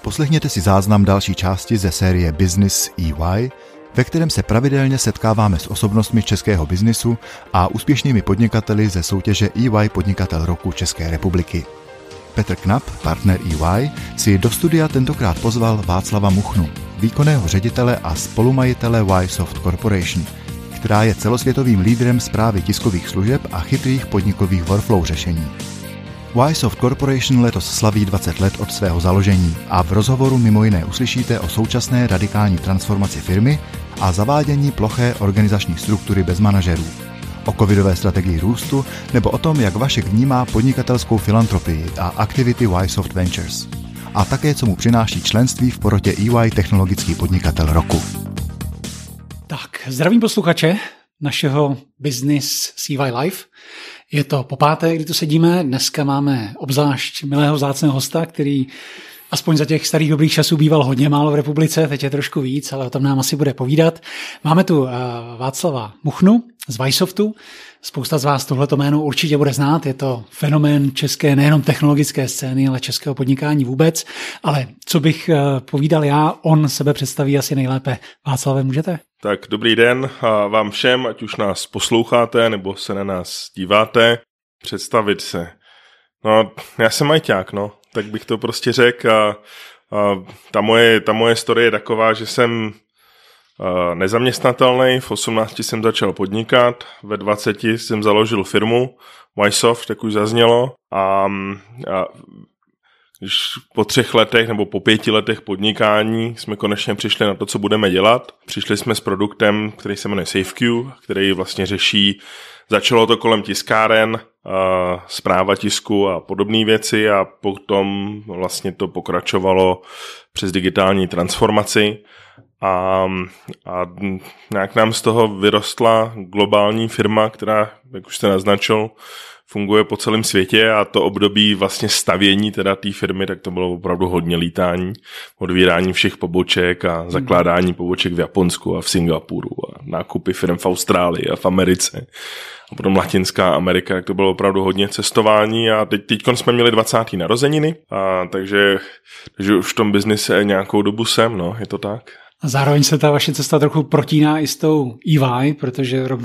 Poslechněte si záznam další části ze série Business EY, ve kterém se pravidelně setkáváme s osobnostmi českého biznisu a úspěšnými podnikateli ze soutěže EY Podnikatel roku České republiky. Petr Knap, partner EY, si do studia tentokrát pozval Václava Muchnu, výkonného ředitele a spolumajitele Ysoft Corporation, která je celosvětovým lídrem správy tiskových služeb a chytrých podnikových workflow řešení. Ysoft Corporation letos slaví 20 let od svého založení a v rozhovoru mimo jiné uslyšíte o současné radikální transformaci firmy a zavádění ploché organizační struktury bez manažerů, o covidové strategii růstu nebo o tom, jak Vašek vnímá podnikatelskou filantropii a aktivity Ysoft Ventures. A také, co mu přináší členství v porotě EY Technologický podnikatel roku. Tak, zdravím posluchače našeho Business CY Live. Je to popáté, kdy tu sedíme. Dneska máme obzvlášť milého vzácného hosta, který aspoň za těch starých dobrých časů býval hodně málo v republice, teď je trošku víc, ale o tom nám asi bude povídat. Máme tu Václava Muchnu z Ysoftu. Spousta z vás tohleto jméno určitě bude znát. Je to fenomén české nejenom technologické scény, ale českého podnikání vůbec. Ale co bych povídal já, on sebe představí asi nejlépe. Václave, můžete? Tak dobrý den vám všem, ať už nás posloucháte nebo se na nás díváte. Představit se. No, já jsem ajťák, tak bych to prostě řekl. Ta moje story je taková, že jsem nezaměstnatelný, v 18 jsem začal podnikat, ve 20 jsem založil firmu Ysoft, jak už zaznělo, a když po 3 letech nebo po 5 letech podnikání jsme konečně přišli na to, co budeme dělat. Přišli jsme s produktem, který se jmenuje SafeQ, který vlastně řeší, začalo to kolem tiskáren, správa tisku a podobné věci a potom vlastně to pokračovalo přes digitální transformaci a nějak nám z toho vyrostla globální firma, která, jak už jste naznačil, funguje po celém světě a to období vlastně stavění teda té firmy, tak to bylo opravdu hodně lítání, odvírání všech poboček a zakládání poboček v Japonsku a v Singapuru a nákupy firm v Austrálii a v Americe a potom Latinská Amerika, tak to bylo opravdu hodně cestování a teďkon jsme měli 20. narozeniny, takže už v tom biznise nějakou dobu jsem, je to tak. A zároveň se ta vaše cesta trochu protíná i s tou EY, protože rok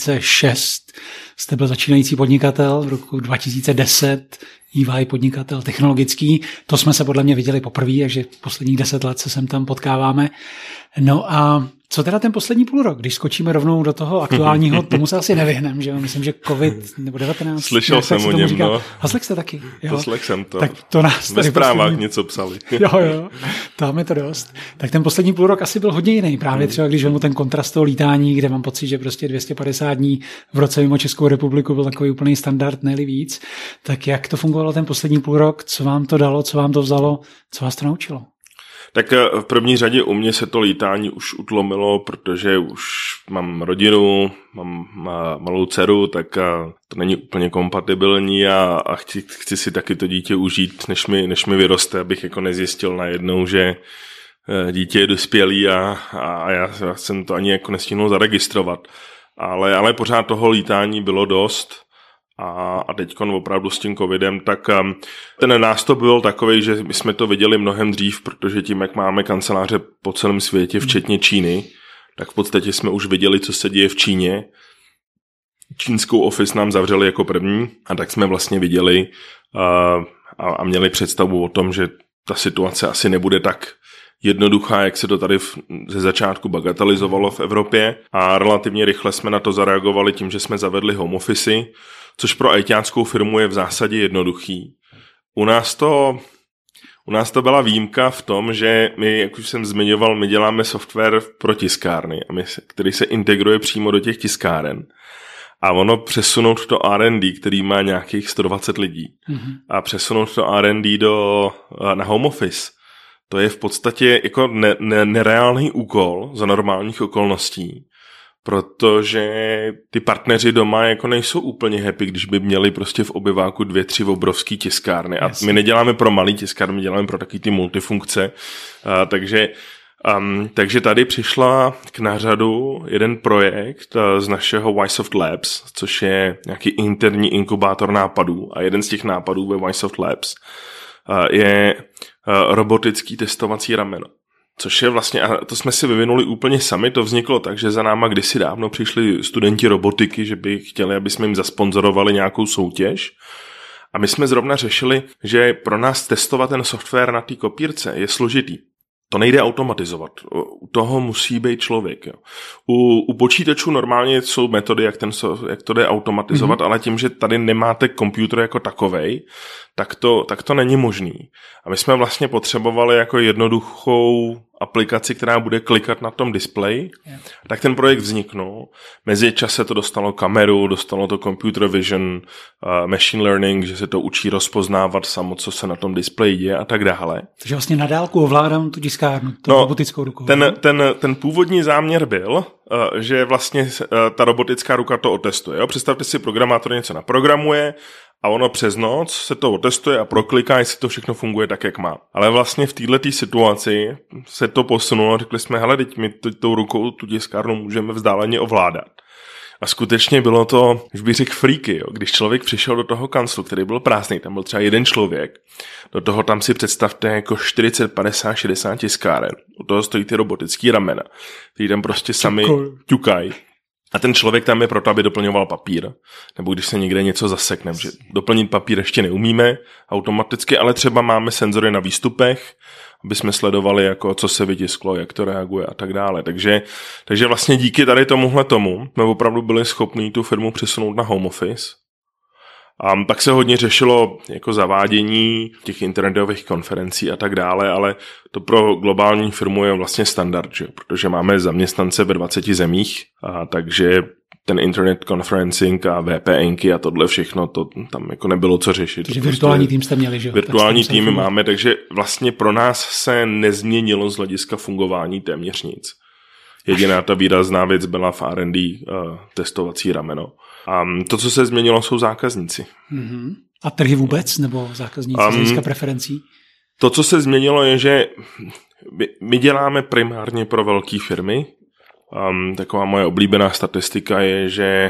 2006 jste byl začínající podnikatel, v roku 2010 EY podnikatel technologický. To jsme se podle mě viděli poprvé, takže posledních 10 let se sem tam potkáváme. No a co teda ten poslední půlrok? Když skočíme rovnou do toho aktuálního, tomu se asi nevyhneme, že jo? Myslím, že COVID nebo 19. Slyšel jsem o něm, A slek jste taky? Jo? Poslechl jsem to. Tak to nás ve zprávách něco psali. Jo, tam je to dost. Tak ten poslední půlrok asi byl hodně jiný. Právě třeba, když vemu ten kontrast toho lítání, kde mám pocit, že prostě 250 dní v roce mimo Českou republiku byl takový úplný standard, ne-li víc. Tak jak to fungovalo ten poslední půlrok? Co vám to dalo, co vám to vzalo, co vás to naučilo? Tak v první řadě u mě se to lítání už utlomilo, protože už mám rodinu, mám malou dceru, tak to není úplně kompatibilní a chci si taky to dítě užít, než mi vyroste, abych jako nezjistil najednou, že dítě je dospělý a já jsem to ani jako nestihnul zaregistrovat. Ale pořád toho lítání bylo dost. A teďkon opravdu s tím covidem, tak ten nástup byl takový, že my jsme to viděli mnohem dřív, protože tím, jak máme kanceláře po celém světě, včetně Číny, tak v podstatě jsme už viděli, co se děje v Číně. Čínskou office nám zavřeli jako první a tak jsme vlastně viděli a měli představu o tom, že ta situace asi nebude tak jednoduchá, jak se to tady ze začátku bagatelizovalo v Evropě a relativně rychle jsme na to zareagovali tím, že jsme zavedli home office, což pro ajťáckou firmu je v zásadě jednoduchý. U nás to byla výjimka v tom, že my, jak už jsem zmiňoval, my děláme software pro tiskárny, který se integruje přímo do těch tiskáren. A ono přesunout to R&D, který má nějakých 120 lidí, a přesunout to R&D na home office, to je v podstatě jako nereálný úkol za normálních okolností. Protože ty partneři doma jako nejsou úplně happy, když by měli prostě v obyváku 2-3 obrovský tiskárny. A my neděláme pro malý tiskárny, my děláme pro taky ty multifunkce. Takže tady přišla k nářadu jeden projekt z našeho Ysoft Labs, což je nějaký interní inkubátor nápadů. A jeden z těch nápadů ve Ysoft Labs je robotický testovací rameno. Což je vlastně, a to jsme si vyvinuli úplně sami, to vzniklo tak, že za náma kdysi dávno přišli studenti robotiky, že by chtěli, aby jsme jim zasponzorovali nějakou soutěž. A my jsme zrovna řešili, že pro nás testovat ten software na té kopírce je složitý. To nejde automatizovat. U toho musí být člověk. Jo. U počítačů normálně jsou metody, jak to jde automatizovat, ale tím, že tady nemáte počítač jako takovej, tak to není možný. A my jsme vlastně potřebovali jako jednoduchou aplikaci, která bude klikat na tom displeji. Tak ten projekt vzniknul. Mezi čase to dostalo kameru, dostalo to computer vision, machine learning, že se to učí rozpoznávat samo, co se na tom displeji děje a tak dále. Takže vlastně na dálku ovládám tu tiskárnu, tu robotickou rukou. Ten původní záměr byl, že vlastně ta robotická ruka to otestuje. Jo? Představte si, programátor něco naprogramuje a ono přes noc se to otestuje a prokliká, jestli to všechno funguje tak, jak má. Ale vlastně v této situaci se to posunulo a řekli jsme, hele, teď my tou rukou tu tiskárnu můžeme vzdáleně ovládat. A skutečně bylo to, už bych řekl freaky, jo? Když člověk přišel do toho kanclu, který byl prázdný, tam byl třeba jeden člověk, do toho tam si představte jako 40, 50, 60 tiskáren. U toho stojí ty robotický ramena, který tam prostě sami ťukají. A ten člověk tam je proto, aby doplňoval papír. Nebo když se někde něco zasekne, že doplnit papír ještě neumíme automaticky, ale třeba máme senzory na výstupech, aby jsme sledovali, jako, co se vytisklo, jak to reaguje a tak dále. Takže vlastně díky tady tomuhle tomu jsme opravdu byli schopni tu firmu přesunout na home office. A tak se hodně řešilo jako zavádění těch internetových konferencí a tak dále, ale to pro globální firmu je vlastně standard, že? Protože máme zaměstnance ve 20 zemích, a takže ten internet conferencing a VPNky a tohle všechno, to tam jako nebylo co řešit. Takže virtuální tým jste měli, že? Virtuální týmy máme, takže vlastně pro nás se nezměnilo z hlediska fungování téměř nic. Jediná ta výrazná věc byla v R&D testovací rameno. A to, co se změnilo, jsou zákazníci. Mm-hmm. A trhy vůbec, nebo zákazníci z hlediska preferencí? To, co se změnilo, je, že my děláme primárně pro velké firmy. Taková moje oblíbená statistika je, že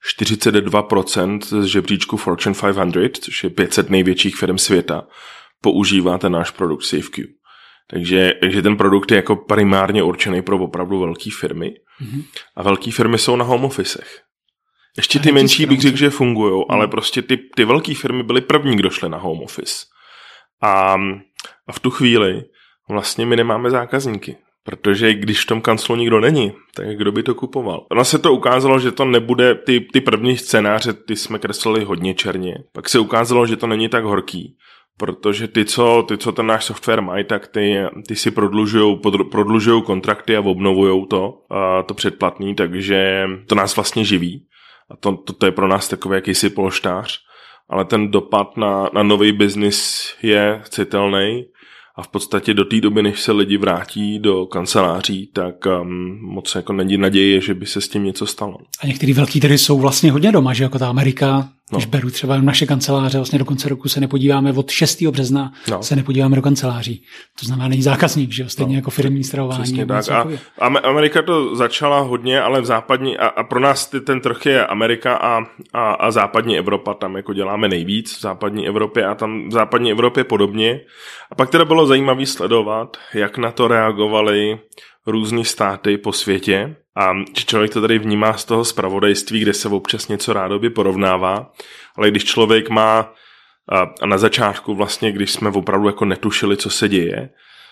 42% z žebříčku Fortune 500, což je 500 největších firm světa, používá ten náš produkt SafeQ. Takže ten produkt je jako primárně určený pro opravdu velké firmy. Mm-hmm. A velké firmy jsou na home officech. Ještě ty menší bych řekl, že fungujou, ale prostě ty velké firmy byly první, kdo šli na home office. A v tu chvíli vlastně my nemáme zákazníky. Protože když v tom kanclu nikdo není, tak kdo by to kupoval? Ono se to ukázalo, že to nebude, ty první scénáře, ty jsme kreslili hodně černě. Pak se ukázalo, že to není tak horký. Protože ty, co ten náš software mají, tak ty si prodlužujou kontrakty a obnovujou to předplatný, takže to nás vlastně živí. A to je pro nás takový jakýsi polštář. Ale ten dopad na nový biznis je citelný. A v podstatě do té doby, než se lidi vrátí do kanceláří, tak moc jako není naděje, že by se s tím něco stalo. A některý velký trhy jsou vlastně hodně doma, že jako ta Amerika, když beru třeba naše kanceláře, vlastně do konce roku se nepodíváme, od 6. března se nepodíváme do kanceláří. To znamená, není zákazník, že jo, stejně jako firemní stravování. Přesně tak. A Amerika to začala hodně, ale v západní, a pro nás ten trh je Amerika a západní Evropa, tam jako děláme nejvíc v západní Evropě a tam v západní Evropě podobně. A pak teda bylo zajímavé sledovat, jak na to reagovali různý státy po světě a člověk to tady vnímá z toho zpravodajství, kde se občas něco rádoby porovnává, ale když člověk má a na začátku vlastně, když jsme opravdu jako netušili, co se děje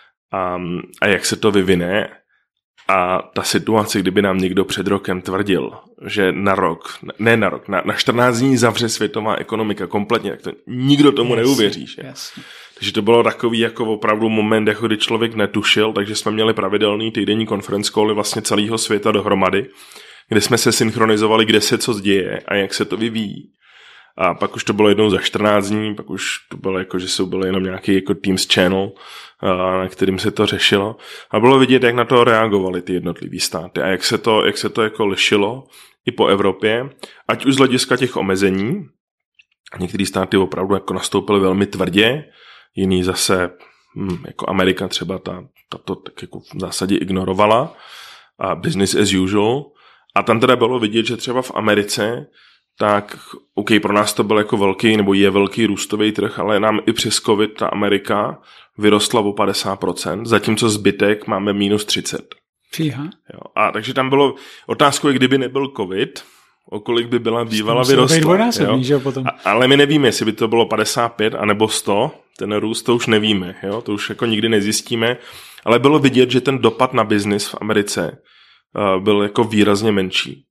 a jak se to vyvine a ta situace, kdyby nám někdo před rokem tvrdil, že na 14 dní zavře světová ekonomika kompletně, tak to nikdo tomu neuvěří. Takže to bylo takový jako opravdu moment, jako kdy člověk netušil, takže jsme měli pravidelný týdenní conference cally vlastně celého světa dohromady, kde jsme se synchronizovali, kde se co děje a jak se to vyvíjí. A pak už to bylo jednou za 14 dní, pak už to bylo jako, že jsou byly jenom nějaký jako Teams channel, na kterým se to řešilo. A bylo vidět, jak na to reagovali ty jednotlivý státy a jak se to jako lišilo i po Evropě, ať už z hlediska těch omezení. Některé státy opravdu jako nastoupily velmi tvrdě, jiný zase, jako Amerika třeba, to tak jako v zásadě ignorovala a business as usual. A tam teda bylo vidět, že třeba v Americe tak OK, pro nás to byl jako velký, nebo je velký růstový trh, ale nám i přes COVID ta Amerika vyrostla o 50%, zatímco zbytek máme minus 30%. Fíha. Jo, a takže tam bylo otázkou, kdyby nebyl COVID, o kolik by byla bývala vyrostla. Ale my nevíme, jestli by to bylo 55 anebo 100, ten růst to už nevíme, jo? To už jako nikdy nezjistíme, ale bylo vidět, že ten dopad na biznis v Americe byl jako výrazně menší.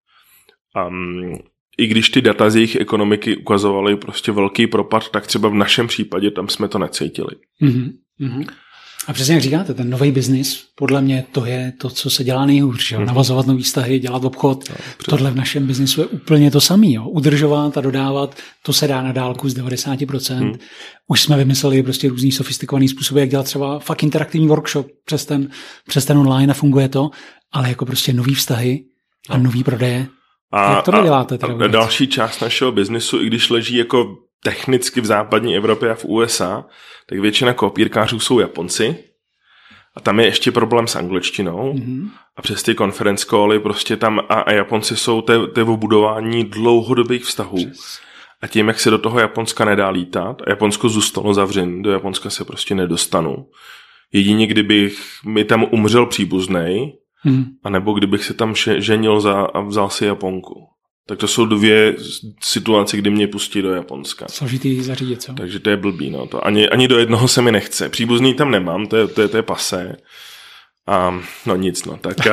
I když ty data z jejich ekonomiky ukazovaly prostě velký propad, tak třeba v našem případě tam jsme to necítili. Mm-hmm. A přesně jak říkáte, ten nový biznis, podle mě to je to, co se dělá nejhůř. Jo? Navazovat nový vztahy, dělat obchod. No, tohle v našem biznisu je úplně to samé. Udržovat a dodávat, to se dá na dálku z 90%. Už jsme vymysleli prostě různý sofistikovaný způsoby, jak dělat třeba fakt interaktivní workshop přes ten online a funguje to, ale jako prostě nový vztahy a nový prodeje. Jak to děláte? A další část našeho biznisu, i když leží jako technicky v západní Evropě a v USA, tak většina kopírkářů jsou Japonci a tam je ještě problém s angličtinou a přes ty conference cally prostě tam a Japonci jsou to je o budování dlouhodobých vztahů a tím, jak se do toho Japonska nedá lítat a Japonsko zůstalo zavřené, do Japonska se prostě nedostanu. Jedině kdybych mi tam umřel příbuznej, anebo kdybych se tam ženil a vzal si Japonku. Tak to jsou dvě situace, kdy mě pustí do Japonska. Složitý zařídit, co? Takže to je blbý, no. To ani do jednoho se mi nechce. Příbuzný tam nemám, to je pasé. No nic, no. Tak,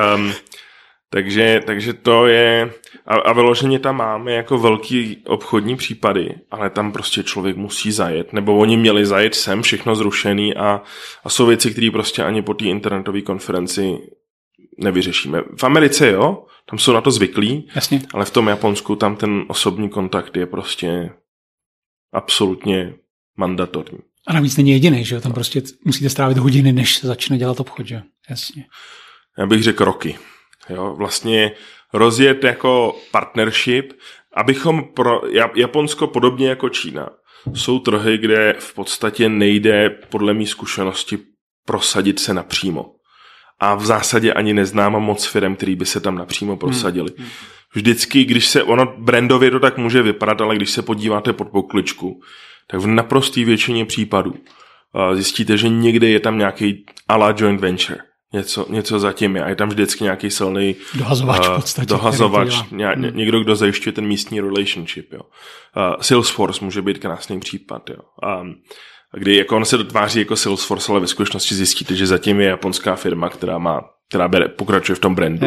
takže to je... A vyloženě tam máme jako velký obchodní případy, ale tam prostě člověk musí zajet. Nebo oni měli zajet sem, všechno zrušený a jsou věci, které prostě ani po té internetové konferenci nevyřešíme. V Americe jo, tam jsou na to zvyklí, jasně. Ale v tom Japonsku tam ten osobní kontakt je prostě absolutně mandatorní. A navíc není jediný, že jo? Tam prostě musíte strávit hodiny, než se začne dělat obchod, že jo? Jasně. Já bych řekl roky. Jo? Vlastně rozjet jako partnership, abychom pro Japonsko podobně jako Čína jsou trhy, kde v podstatě nejde podle mý zkušenosti prosadit se napřímo. A v zásadě ani neznám moc firem, který by se tam napřímo prosadili. Vždycky, když se, brandově to tak může vypadat, ale když se podíváte pod pokličku, tak v naprosté většině případů zjistíte, že někde je tam nějaký a la joint venture. Něco zatím je. A je tam vždycky nějaký silný dohazovač v podstatě. Někdo, kdo zajišťuje ten místní relationship. Jo. Salesforce může být krásný případ. Jo. Kdy jako on se dotváří jako Salesforce, ale ve skutečnosti zjistíte, že zatím je japonská firma, která pokračuje v tom brandu.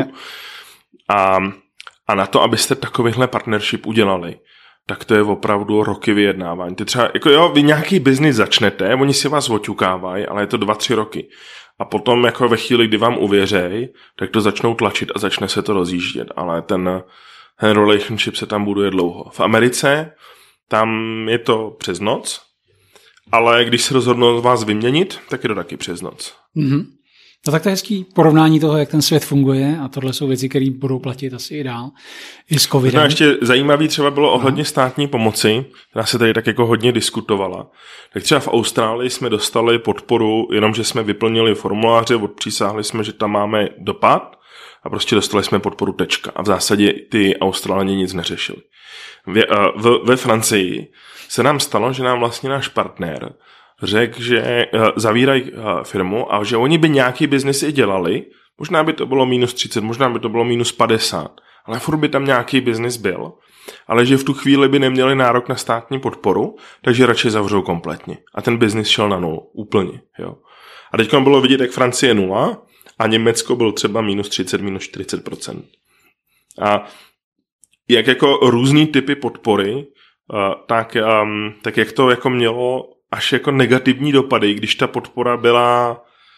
A na to, abyste takovýhle partnership udělali, tak to je opravdu roky vyjednávání. Ty třeba, jako jo, vy nějaký biznis začnete, oni si vás oťukávají, ale je to 2-3 roky. A potom jako ve chvíli, kdy vám uvěřej, tak to začnou tlačit a začne se to rozjíždět. Ale ten relationship se tam buduje dlouho. V Americe tam je to přes noc, ale když se rozhodnou vás vyměnit, tak je to taky přes noc. Mm-hmm. No tak to je hezký porovnání toho, jak ten svět funguje a tohle jsou věci, které budou platit asi i dál. I s covidem. No ještě zajímavý třeba bylo ohledně státní pomoci, která se tady tak jako hodně diskutovala. Tak třeba v Austrálii jsme dostali podporu, jenomže jsme vyplnili formuláře, odpřísáhli jsme, že tam máme dopad a prostě dostali jsme podporu tečka. A v zásadě ty Australani nic neřešili. Ve Francii se nám stalo, že nám vlastně náš partner řekl, že zavírají firmu a že oni by nějaký biznis i dělali, možná by to bylo minus 30, možná by to bylo minus 50, ale furt by tam nějaký biznis byl, ale že v tu chvíli by neměli nárok na státní podporu, takže radši zavřou kompletně. A ten biznis šel na nulu, úplně. Jo. A teď bylo vidět, jak Francie je 0 a Německo bylo třeba minus 30, minus 40%. A jak jako různý typy podpory, tak jak to jako mělo až jako negativní dopady, když ta podpora byla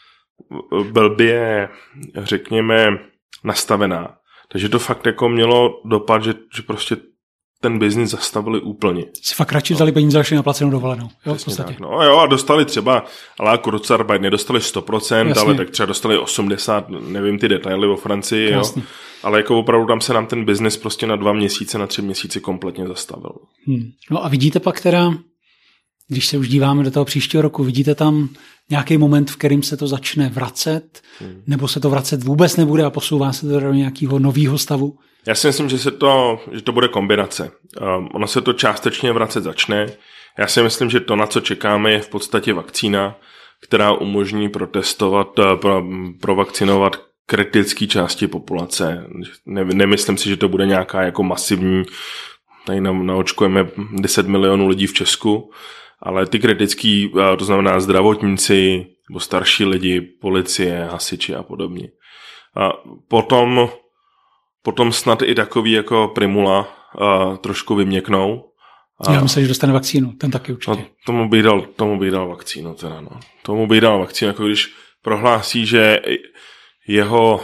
blbě, řekněme, nastavená. Takže to fakt jako mělo dopad, že prostě ten biznis zastavili úplně. Si fakt radši vzali peníze, šli na placenou dovolenou. Jo, v podstatě. Tak, no jo, a dostali třeba, ale Kurzarbeit nedostali 100%, jasně. Ale tak třeba dostali 80%, nevím ty detaily o Francii, jo. Ale jako opravdu tam se nám ten biznis prostě na 2 měsíce, na 3 měsíce kompletně zastavil. No a vidíte pak teda, Když se už díváme do toho příštího roku, vidíte tam nějaký moment, v kterým se to začne vracet, nebo se to vracet vůbec nebude a posouvá se to do nějakého nového stavu? Já si myslím, že to bude kombinace. Ono se to částečně vracet začne. Já si myslím, že to, na co čekáme, je v podstatě vakcína, která umožní provakcinovat kritické části populace. Nemyslím si, že to bude nějaká jako masivní, tady naočkujeme 10 milionů lidí v Česku, ale ty kritický, to znamená zdravotníci, nebo starší lidi, policie, hasiči a podobně. A potom snad i takový jako Primula trošku vyměknou. Já myslím, že dostane vakcínu, ten taky určitě. No, tomu bych dal vakcínu teda, no. Tomu bych dal vakcínu, jako když prohlásí, že jeho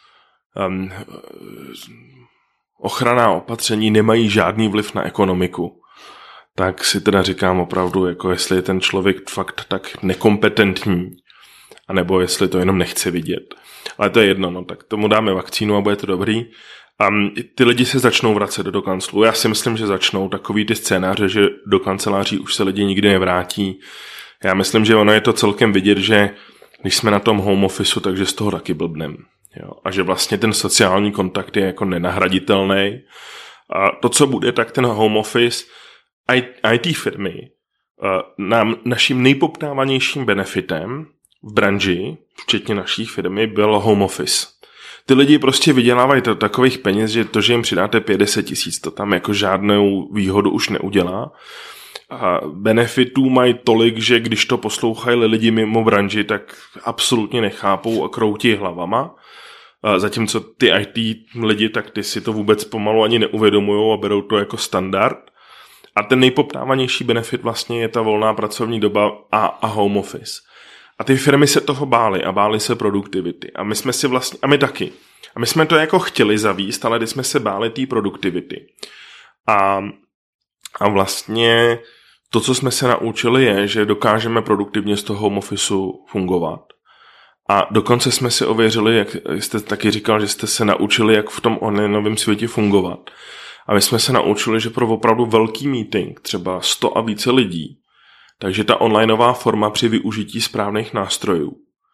ochranná opatření nemají žádný vliv na ekonomiku, tak si teda říkám opravdu, jako jestli je ten člověk fakt tak nekompetentní, anebo jestli to jenom nechce vidět. Ale to je jedno, no, tak tomu dáme vakcínu a bude to dobrý. A ty lidi se začnou vracet do kanclu. Já si myslím, že začnou takový ty scénáře, že do kanceláří už se lidi nikdy nevrátí. Já myslím, že ono je to celkem vidět, že když jsme na tom home officeu, takže z toho taky blbnem. Jo? A že vlastně ten sociální kontakt je jako nenahraditelný. A to, co bude, tak ten home office, IT firmy, naším nejpoptávanějším benefitem v branži, včetně naší firmy, byl home office. Ty lidi prostě vydělávají takových peněz, že to, že jim přidáte 50 000, to tam jako žádnou výhodu už neudělá. A benefitů mají tolik, že když to poslouchají lidi mimo branži, tak absolutně nechápou a kroutí hlavama. A zatímco ty IT lidi, tak ty si to vůbec pomalu ani neuvědomujou a berou to jako standard. A ten nejpoptávanější benefit vlastně je ta volná pracovní doba a home office. A ty firmy se toho bály a bály se produktivity. A my jsme si vlastně, a my taky. A my jsme to jako chtěli zavíst, ale když jsme se báli té produktivity. A vlastně to, co jsme se naučili, je, že dokážeme produktivně z toho home officeu fungovat. A dokonce jsme si ověřili, jak jste taky říkal, že jste se naučili, jak v tom onlineovém světě fungovat. A my jsme se naučili, že pro opravdu velký meeting, třeba 100 a více lidí, takže ta onlineová forma při využití správných nástrojů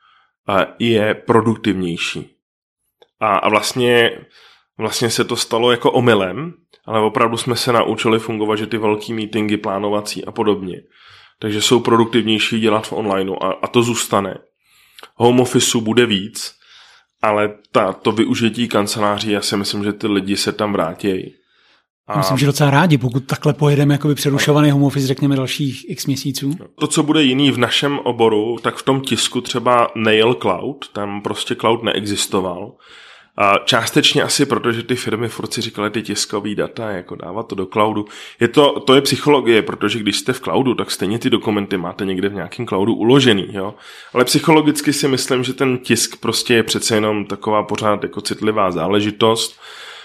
je produktivnější. A vlastně se to stalo jako omylem, ale opravdu jsme se naučili fungovat, že ty velký meetingy, plánovací a podobně, takže jsou produktivnější dělat v onlineu a to zůstane. Home officeu bude víc, ale to využití kanceláří, já si myslím, že ty lidi se tam vrátí. Myslím, že docela rádi, pokud takhle pojedeme jakoby přerušovaný home office, řekněme dalších x měsíců. To, co bude jiný v našem oboru, tak v tom tisku třeba nejel cloud, tam prostě cloud neexistoval. A částečně asi proto, že ty firmy furt si říkaly ty tiskový data, jako dávat to do cloudu. To je psychologie, protože když jste v cloudu, tak stejně ty dokumenty máte někde v nějakém cloudu uložený, jo. Ale psychologicky si myslím, že ten tisk prostě je přece jenom taková pořád jako citlivá záležitost.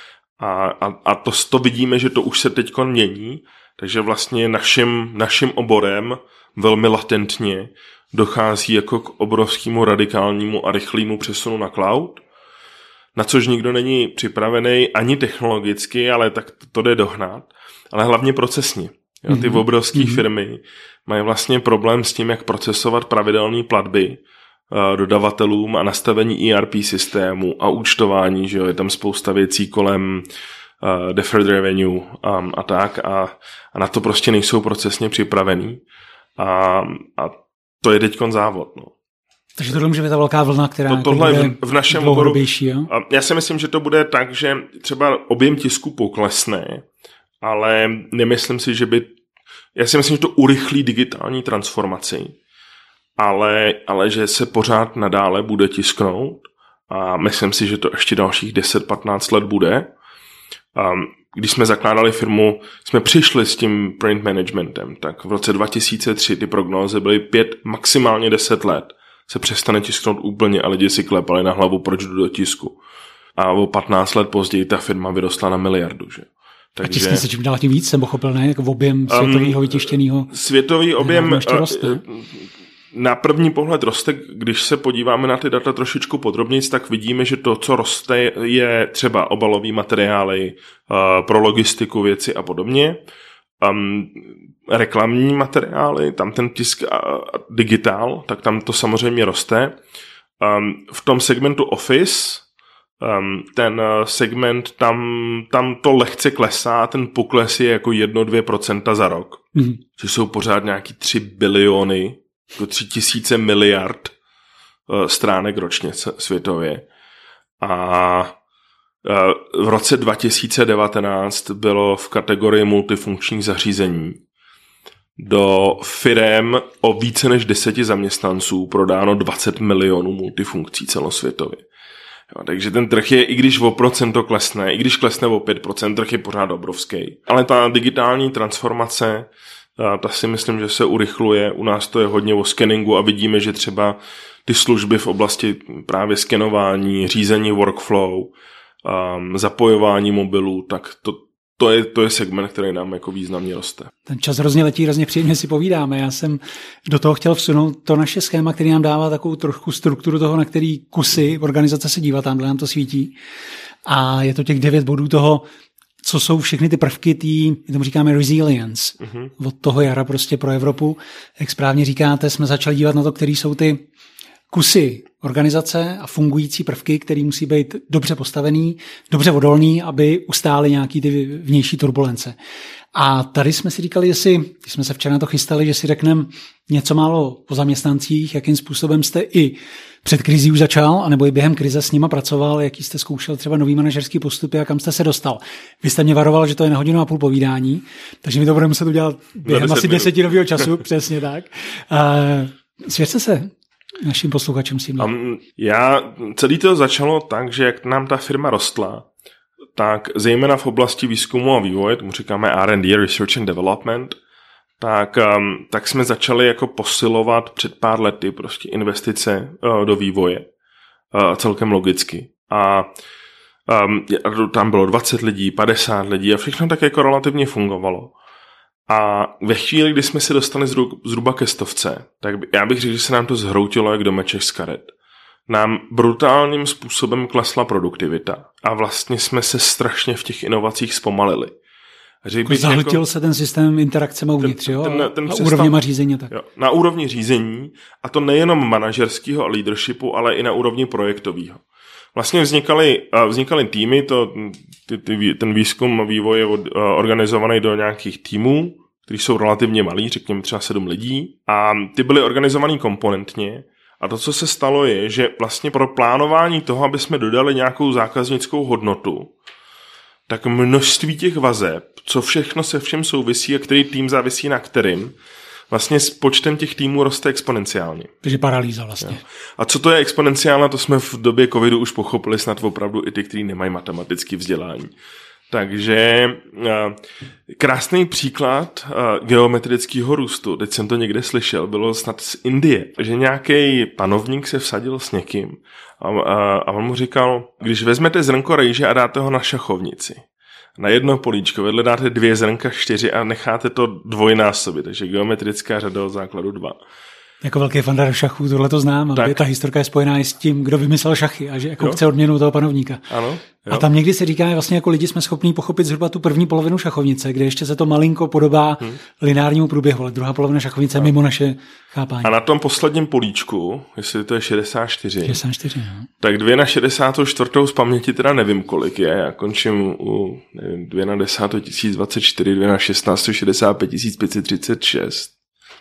A to vidíme, že to už se teďko mění, takže vlastně naším oborem velmi latentně dochází jako k obrovskému radikálnímu a rychlému přesunu na cloud, na což nikdo není připravený ani technologicky, ale tak to jde dohnat, ale hlavně procesně. Jo, ty obrovské firmy mají vlastně problém s tím, jak procesovat pravidelné platby dodavatelům a nastavení ERP systému a účtování, že jo, je tam spousta věcí kolem deferred revenue a tak a na to prostě nejsou procesně připravený a to je teďkon závod, no. Takže tohle může být ta velká vlna, která tohle bude v našem oboru. Jo? Já si myslím, že to bude tak, že třeba objem tisku poklesne, ale nemyslím si, že by... Já si myslím, že to urychlí digitální transformaci, ale že se pořád nadále bude tisknout a myslím si, že to ještě dalších 10-15 let bude. Když jsme zakládali firmu, jsme přišli s tím print managementem, tak v roce 2003 ty prognózy byly 5, maximálně 10 let. Se přestane tisknout úplně a lidi si klepali na hlavu, proč jdu do tisku. A o 15 let později ta firma vyrostla na miliardu. Že? Takže... A tiskne se čím dál tím víc, jsem pochopil, ne? Jako v objem světového vytištěného. Světový objem na první pohled roste, když se podíváme na ty data trošičku podrobněji, tak vidíme, že to, co roste, je třeba obalový materiály pro logistiku, věci a podobně. reklamní materiály, tam ten tisk a digitál, tak tam to samozřejmě roste. V tom segmentu Office, ten segment, tam to lehce klesá, ten pokles je jako 1-2% za rok. Což jsou pořád nějaký 3 biliony, jako 3000 miliard stránek ročně světově. A v roce 2019 bylo v kategorii multifunkčních zařízení do firem o více než 10 zaměstnanců prodáno 20 milionů multifunkcí celosvětově. Jo, takže ten trh je, i když o procento klesne, i když klesne o 5%, trh je pořád obrovský. Ale ta digitální transformace, ta si myslím, že se urychluje. U nás to je hodně o scanningu a vidíme, že třeba ty služby v oblasti právě skenování, řízení workflow, zapojování mobilů, tak to je segment, který nám jako významně roste. Ten čas hrozně letí, hrozně příjemně si povídáme. Já jsem do toho chtěl vsunout to naše schéma, který nám dává takovou trošku strukturu toho, na který kusy organizace se dívá, tamhle nám to svítí. A je to těch 9 bodů toho, co jsou všechny ty prvky my tomu říkáme resilience. Od toho jara prostě pro Evropu. Jak správně říkáte, jsme začali dívat na to, který jsou ty kusy organizace a fungující prvky, který musí být dobře postavený, dobře odolný, aby ustály nějaký ty vnější turbulence. A tady jsme si říkali, když jsme se včera na to chystali, že si řekneme něco málo o zaměstnancích, jakým způsobem jste i před krizí už začal, anebo i během krize s nima pracoval, jaký jste zkoušel třeba nový manažerský postupy a kam jste se dostal. Vy jste mě varoval, že to je na 1,5 hodiny povídání, takže mi to budeme muset udělat během asi 10 času, přesně tak. Svěřte se našim posluchačům s tím. Celý to začalo tak, že jak nám ta firma rostla, tak zejména v oblasti výzkumu a vývoje, tomu říkáme R&D, Research and Development, tak jsme začali jako posilovat před pár lety prostě investice do vývoje. Celkem logicky. A tam bylo 20 lidí, 50 lidí a všechno tak jako relativně fungovalo. A ve chvíli, kdy jsme se dostali zhruba ke 100, tak já bych řekl, že se nám to zhroutilo jak domeček z karet. Nám brutálním způsobem klesla produktivita a vlastně jsme se strašně v těch inovacích zpomalili. Zahltil se ten systém interakce uvnitř, na úrovni řízení. Tak. Jo, na úrovni řízení, a to nejenom manažerského a leadershipu, ale i na úrovni projektového. Vlastně vznikaly týmy, ten výzkum a vývoj je organizovaný do nějakých týmů, který jsou relativně malí, řekněme třeba 7 lidí, a ty byly organizovaný komponentně. A to, co se stalo, je, že vlastně pro plánování toho, aby jsme dodali nějakou zákaznickou hodnotu, tak množství těch vazeb, co všechno se všem souvisí a který tým závisí na kterým, vlastně s počtem těch týmů roste exponenciálně. Takže paralýza vlastně. Jo. A co to je exponenciálna, to jsme v době covidu už pochopili snad opravdu i ty, kteří nemají matematické vzdělání. Takže krásný příklad geometrického růstu, teď jsem to někde slyšel, bylo snad z Indie, že nějaký panovník se vsadil s někým a on mu říkal, když vezmete zrnko rejže a dáte ho na šachovnici, na jedno políčko, vedle dáte 2 zrnka 4 a necháte to dvojnásobit, takže geometrická řada od základu 2. Jako velký fanda šachů, tohle to znám, a ta historka je spojená i s tím, kdo vymyslel šachy a že jako chce odměnu toho panovníka. Ano, a tam někdy se říká, vlastně jako lidi jsme schopní pochopit zhruba tu první polovinu šachovnice, kde ještě se to malinko podobá lineárnímu průběhu, ale druhá polovina šachovnice je mimo naše chápání. A na tom posledním políčku, jestli to je 64, tak 2 na 64 z paměti teda nevím, kolik je. Já končím u 2 na 10 1024, 2 na 16 65 536.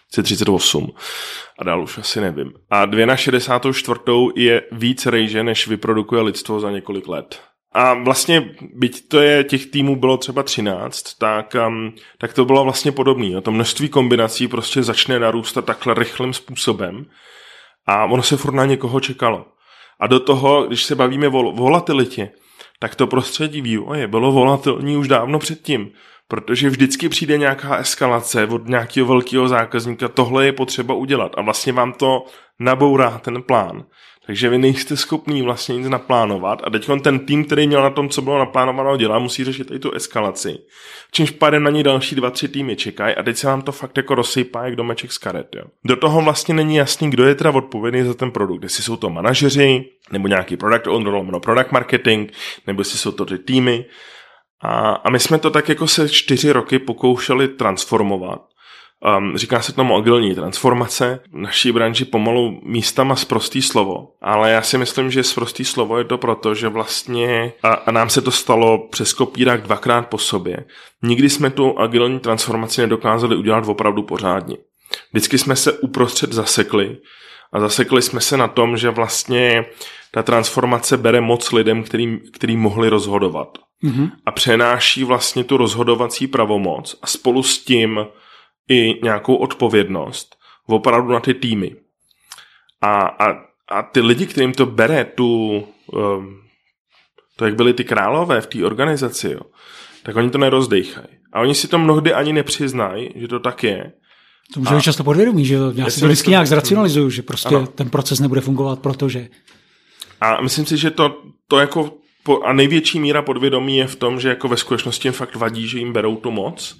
38 a dál už asi nevím. A 2 na 64 je víc rejže, než vyprodukuje lidstvo za několik let. A vlastně, byť to je, těch týmů bylo třeba 13, tak to bylo vlastně podobné. To množství kombinací prostě začne narůstat takhle rychlým způsobem a ono se furt na někoho čekalo. A do toho, když se bavíme o volatilitě, tak to prostředí vývoje bylo volatilní už dávno předtím. Protože vždycky přijde nějaká eskalace od nějakého velkého zákazníka, tohle je potřeba udělat a vlastně vám to nabourá ten plán. Takže vy nejste schopní vlastně nic naplánovat a teď ten tým, který měl na tom, co bylo naplánováno dělat, musí řešit i tu eskalaci. Čímž pádem na ní další 2-3 týmy čekají a teď se vám to fakt jako rozsypá jak domeček z karet. Jo. Do toho vlastně není jasný, kdo je teda odpovědný za ten produkt. Jestli jsou to manažeři, nebo nějaký product owner, nebo product marketing, nebo jestli jsou to ty týmy. A my jsme to tak jako se 4 roky pokoušeli transformovat. Říká se tomu agilní transformace. V naší branži pomalu místama sprostý slovo. Ale já si myslím, že sprostý slovo je to proto, že vlastně, a nám se to stalo přes kopírák 2krát po sobě, nikdy jsme tu agilní transformaci nedokázali udělat opravdu pořádně. Vždycky jsme se uprostřed zasekli a zasekli jsme se na tom, že vlastně ta transformace bere moc lidem, který mohli rozhodovat. Mm-hmm. A přenáší vlastně tu rozhodovací pravomoc a spolu s tím i nějakou odpovědnost opravdu na ty týmy. A ty lidi, kterým to bere, to jak byli ty králové v té organizaci, jo, tak oni to nerozdejchají. A oni si to mnohdy ani nepřiznají, že to tak je. To může být často podvědomí, že já si to vždycky nějak zracionalizuju, že prostě ten proces nebude fungovat, protože... A myslím si, že to jako... A největší míra podvědomí je v tom, že jako ve skutečnosti jim fakt vadí, že jim berou tu moc.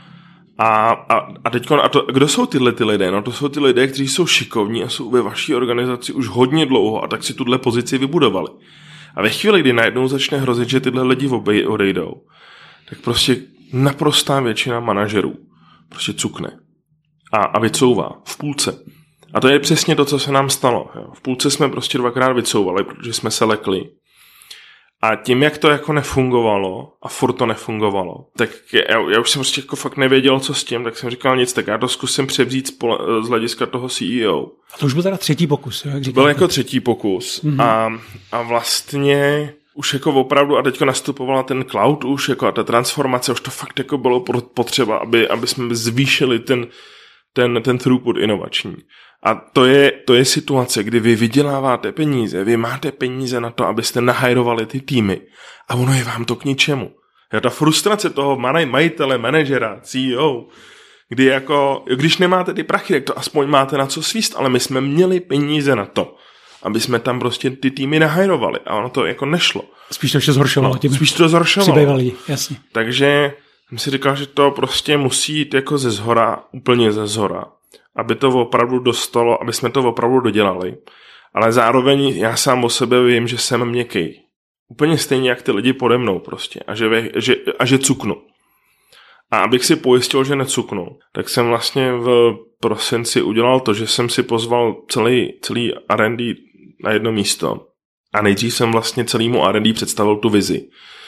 A teďko, kdo jsou tyhle ty lidé? No to jsou ty lidé, kteří jsou šikovní a jsou ve vaší organizaci už hodně dlouho a tak si tuhle pozici vybudovali. A ve chvíli, kdy najednou začne hrozit, že tyhle lidi odejdou, tak prostě naprostá většina manažerů prostě cukne a vycouvá v půlce. A to je přesně to, co se nám stalo. Jo. V půlce jsme prostě 2krát vycouvali, protože jsme se lekli. A tím, jak to jako nefungovalo a furt to nefungovalo, tak já už jsem prostě jako fakt nevěděl, co s tím, tak jsem říkal nic, tak já to zkusím převzít z hlediska toho CEO. A to už byl teda 3. pokus, jo, jak říkáte? Byl jako 3. pokus a vlastně už jako opravdu, a teďko nastupovala ten cloud už, jako a ta transformace, už to fakt jako bylo potřeba, aby jsme zvýšili ten throughput inovační. A to je situace, kdy vy vyděláváte peníze, vy máte peníze na to, abyste nahajrovali ty týmy a ono je vám to k ničemu. Ta frustrace toho majitele, manažera, CEO, kdy jako, když nemáte ty prachy, tak to aspoň máte na co svíst, ale my jsme měli peníze na to, aby jsme tam prostě ty týmy nahajrovali a ono to jako nešlo. Spíš to ještě zhoršovalo. Spíš to zhoršovalo. Přibývali, jasně. Takže jsem si říkal, že to prostě musí jít jako ze zhora, úplně ze zhora, aby to opravdu dostalo, aby jsme to opravdu dodělali. Ale zároveň já sám o sebe vím, že jsem měkkej. Úplně stejně, jak ty lidi pode mnou prostě. A že cuknu. A abych si pojistil, že necuknu, tak jsem vlastně v prosinci udělal to, že jsem si pozval celý R&D na jedno místo. A nejdřív jsem vlastně celému R&D představil tu vizi.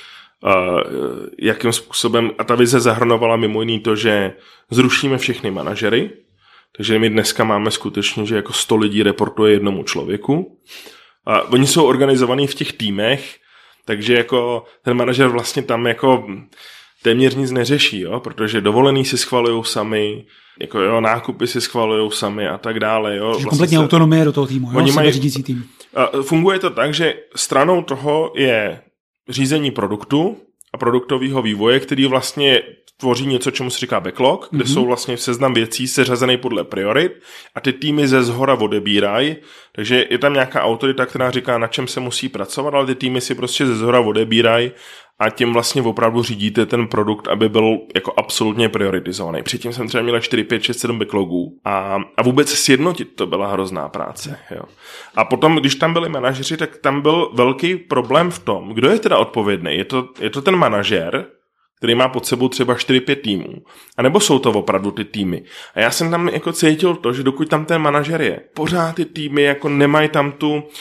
Jakým způsobem, a ta vize zahrnovala mimo jiný to, že zrušíme všechny manažery, takže my dneska máme skutečně, že jako 100 lidí reportuje jednomu člověku. A oni jsou organizovaní v těch týmech, takže jako ten manažer vlastně tam jako téměř nic neřeší, jo? Protože dovolený si schvalujou sami, jako jo, nákupy si schvalujou sami a tak dále. Jo? Vlastně kompletně autonomie do toho týmu, jo? Řídící tým. Funguje to tak, že stranou toho je řízení produktu a produktového vývoje, který vlastně tvoří něco, čemu se říká backlog, kde jsou vlastně seznam věcí seřazený podle priorit a ty týmy ze zhora odebírají, takže je tam nějaká autorita, která říká, na čem se musí pracovat, ale ty týmy si prostě ze zhora odebírají a tím vlastně opravdu řídíte ten produkt, aby byl jako absolutně prioritizovaný. Předtím jsem třeba měla 4, 5, 6, 7 backlogů a vůbec sjednotit to byla hrozná práce. Jo. A potom, když tam byli manažeři, tak tam byl velký problém v tom, kdo je teda odpovědný. Je to ten manažer, který má pod sebou třeba 4-5 týmů. A nebo jsou to opravdu ty týmy. A já jsem tam jako cítil to, že dokud tam ten manažer je, pořád ty týmy jako nemají tam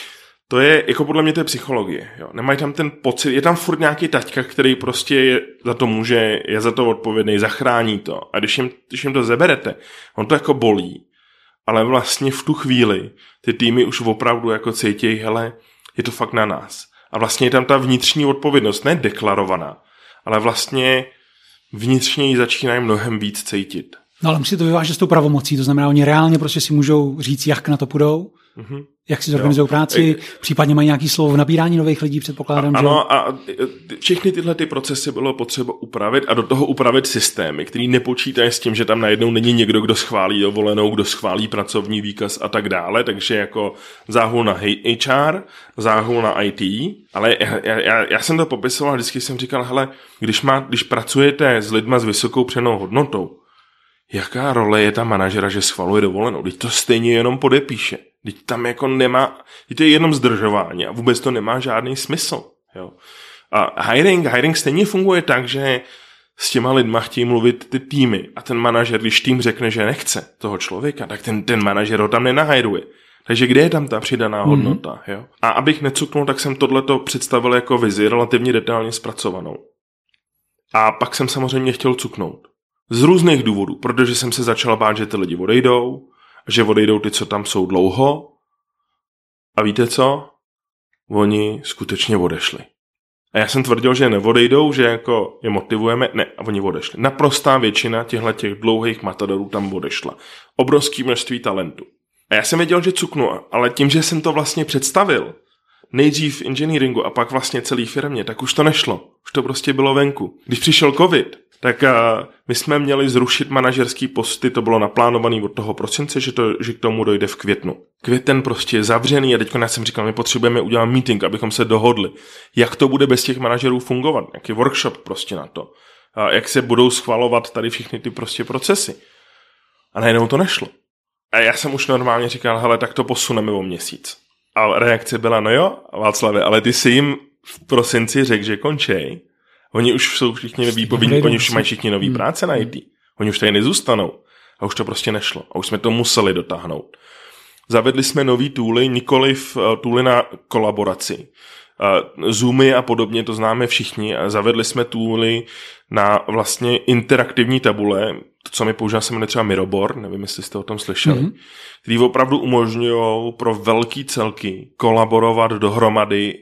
to je, jako podle mě to je psychologie. Jo. Nemají tam ten pocit, je tam furt nějaký taťka, který prostě za to může, je za to odpovědný, zachrání to. A když jim to zeberete, on to jako bolí. Ale vlastně v tu chvíli ty týmy už opravdu jako cítějí, hele, je to fakt na nás. A vlastně je tam ta vnitřní odpovědnost, ne deklarovaná, ale vlastně vnitřně ji začínají mnohem víc cítit. No ale musí to vyvážet s tou pravomocí, to znamená, oni reálně prostě si můžou říct, jak na to půjdou, jak si zorganizují práci, případně mají nějaký slovo v nabírání nových lidí, předpokládám. Ano, a všechny tyhle ty procesy bylo potřeba upravit a do toho upravit systémy, který nepočítají s tím, že tam najednou není někdo, kdo schválí dovolenou, kdo schválí pracovní výkaz a tak dále, takže jako záhul na HR, záhul na IT, ale já jsem to popisoval, vždycky jsem říkal, hele, když pracujete s lidma s vysokou přidanou hodnotou, jaká role je ta manažera, že schvaluje dovolenou? Teď to stejně jenom podepíše. Teď tam jako nemá, teď to je jenom zdržování a vůbec to nemá žádný smysl. Jo. A hiring stejně funguje tak, že s těma lidma chtějí mluvit ty týmy a ten manažer, když tým řekne, že nechce toho člověka, tak ten manažer ho tam nenahajruje. Takže kde je tam ta přidaná hodnota? Jo? A abych necuknul, tak jsem tohleto představil jako vizi relativně detailně zpracovanou. A pak jsem samozřejmě chtěl cuknout. Z různých důvodů, protože jsem se začal bát, že ty lidi odejdou, že odejdou ty, co tam jsou dlouho. A víte co? Oni skutečně odešli. A já jsem tvrdil, že neodejdou, že jako je motivujeme. Ne, a oni odešli. Naprostá většina těch dlouhých matadorů tam odešla. Obrovské množství talentu. A já jsem věděl, že cuknu, ale tím, že jsem to vlastně představil, nejdřív v engineeringu a pak vlastně celý firmě, tak už to nešlo. Už to prostě bylo venku. Když přišel covid, tak my jsme měli zrušit manažerský posty, to bylo naplánované od toho prosince, že k tomu dojde v květnu. Květen prostě je zavřený a teďko já jsem říkal, my potřebujeme udělat meeting, abychom se dohodli, jak to bude bez těch manažerů fungovat, jaký workshop prostě na to, a jak se budou schvalovat tady všechny ty prostě procesy. A najednou to nešlo. A já jsem už normálně říkal, hele, tak to posuneme o měsíc. A reakce byla, no jo, Václave, ale ty si jim v prosinci řekl, že končej. Oni už jsou všichni výpovědní, oni už mají všichni nový práce na IT. Oni už tady nezůstanou. A už to prostě nešlo. A už jsme to museli dotáhnout. Zavedli jsme nový tooly, nikoliv tooly na kolaboraci. Zoomy a podobně, to známe všichni. A zavedli jsme tooly na vlastně interaktivní tabule, to, co mi používá, se jmenuje třeba Mirobor, nevím, jestli jste o tom slyšeli, který opravdu umožňují pro velký celky kolaborovat dohromady.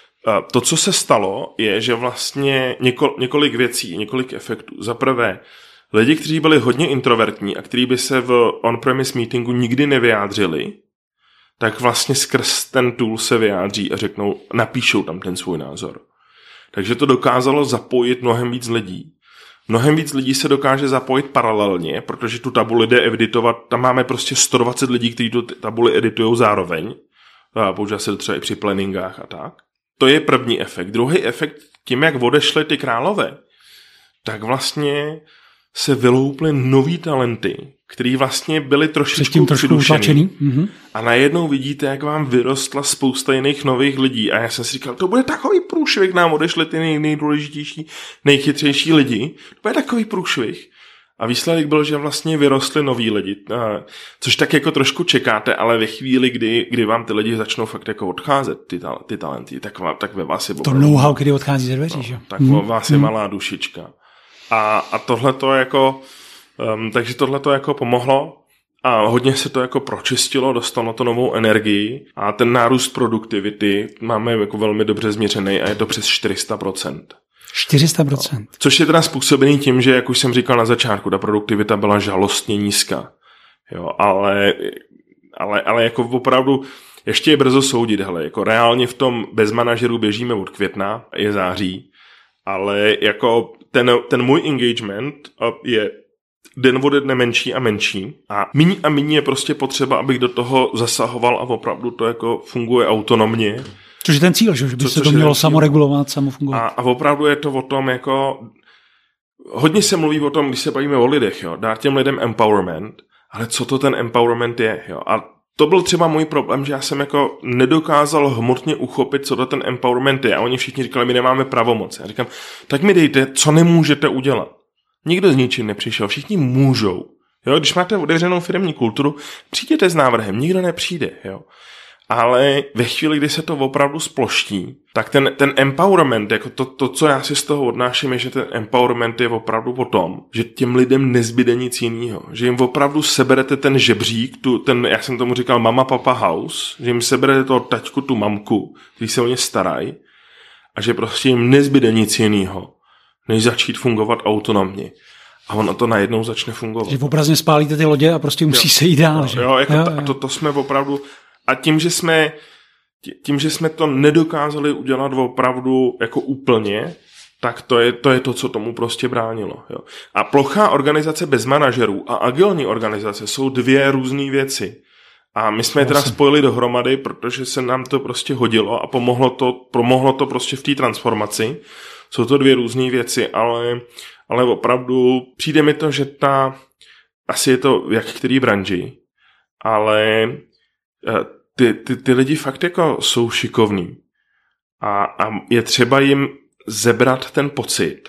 To, co se stalo, je, že vlastně několik věcí, několik efektů. Za prvé, lidi, kteří byli hodně introvertní a kteří by se v on-premise meetingu nikdy nevyjádřili, tak vlastně skrz ten tool se vyjádří a řeknou, napíšou tam ten svůj názor. Takže to dokázalo zapojit mnohem víc lidí. Mnohem víc lidí se dokáže zapojit paralelně, protože tu tabuli jde editovat, tam máme prostě 120 lidí, kteří tu tabuli editujou zároveň. A používá se to třeba i při planningách a tak. To je první efekt. Druhý efekt, tím, jak odešly ty králové, tak vlastně se vylouply nový talenty, který vlastně byli trošičku přidušený. A najednou vidíte, jak vám vyrostla spousta jiných nových lidí. A já jsem si říkal, to bude takový průšvih, nám odešly ty nejdůležitější, nejchytřejší lidi. To bude takový průšvih. A výsledek byl, že vlastně vyrostly noví lidi. Což tak jako trošku čekáte, ale ve chvíli, kdy vám ty lidi začnou fakt jako odcházet, ty talenty, tak ve vás je to know-how, kdy odchází ze dveří, že? Tak ve vás je malá dušička. A tohleto jako, takže tohleto jako pomohlo a hodně se to jako pročistilo, dostalo to novou energii a ten nárůst produktivity máme jako velmi dobře změřený a je to přes 400%. 400%. No. Což je teda způsobený tím, že, jak už jsem říkal na začátku, ta produktivita byla žalostně nízká. Jo, ale jako opravdu ještě je brzo soudit, hele, jako reálně v tom bez manažerů běžíme od května, je září, ale jako ten můj engagement je den ode dne menší a menší a míň je prostě potřeba, abych do toho zasahoval a opravdu to jako funguje autonomně. Což je ten cíl, že by se to mělo samoregulovat, samofungovat. A opravdu je to o tom jako hodně se mluví o tom, když se bavíme o lidech, jo, dát těm lidem empowerment, ale co to ten empowerment je, jo, a to byl třeba můj problém, že já jsem jako nedokázal hmotně uchopit, co to ten empowerment je. A oni všichni říkali, my nemáme pravomoc. Já říkám, tak mi dejte, co nemůžete udělat. Nikdo s ničím nepřišel, všichni můžou. Jo, když máte otevřenou firemní kulturu, přijděte s návrhem, nikdo nepřijde. Jo. Ale ve chvíli, kdy se to opravdu sploští, tak ten empowerment, jako to, co já si z toho odnáším, je, že ten empowerment je opravdu o tom, že těm lidem nezbyde nic jiného. Že jim opravdu seberete ten žebřík, já jsem tomu říkal mama, papa, house, že jim seberete toho taťku, tu mamku, který se o ně starají a že prostě jim nezbyde nic jiného, než začít fungovat autonomně. A ono to najednou začne fungovat. Že obrazně spálíte ty lodě a prostě musí se jít dál. Že? Jo. To jsme opravdu... A tím, že jsme to nedokázali udělat opravdu jako úplně, tak to je to, co tomu prostě bránilo. Jo. A plochá organizace bez manažerů a agilní organizace jsou dvě různé věci. A my jsme je teda spojili dohromady, protože se nám to prostě hodilo a pomohlo to prostě v té transformaci. Jsou to dvě různé věci, ale opravdu přijde mi to, že asi je to jak který branži, ale ty lidi fakt jako jsou šikovní a je třeba jim zebrat ten pocit,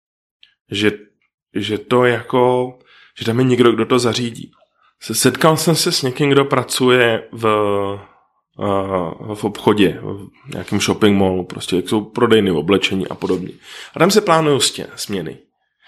že to jako, že tam je někdo, kdo to zařídí. Setkal jsem se s někým, kdo pracuje v obchodě, v nějakém shopping mallu, prostě jak jsou prodejny v oblečení a podobně. A tam se plánují směny.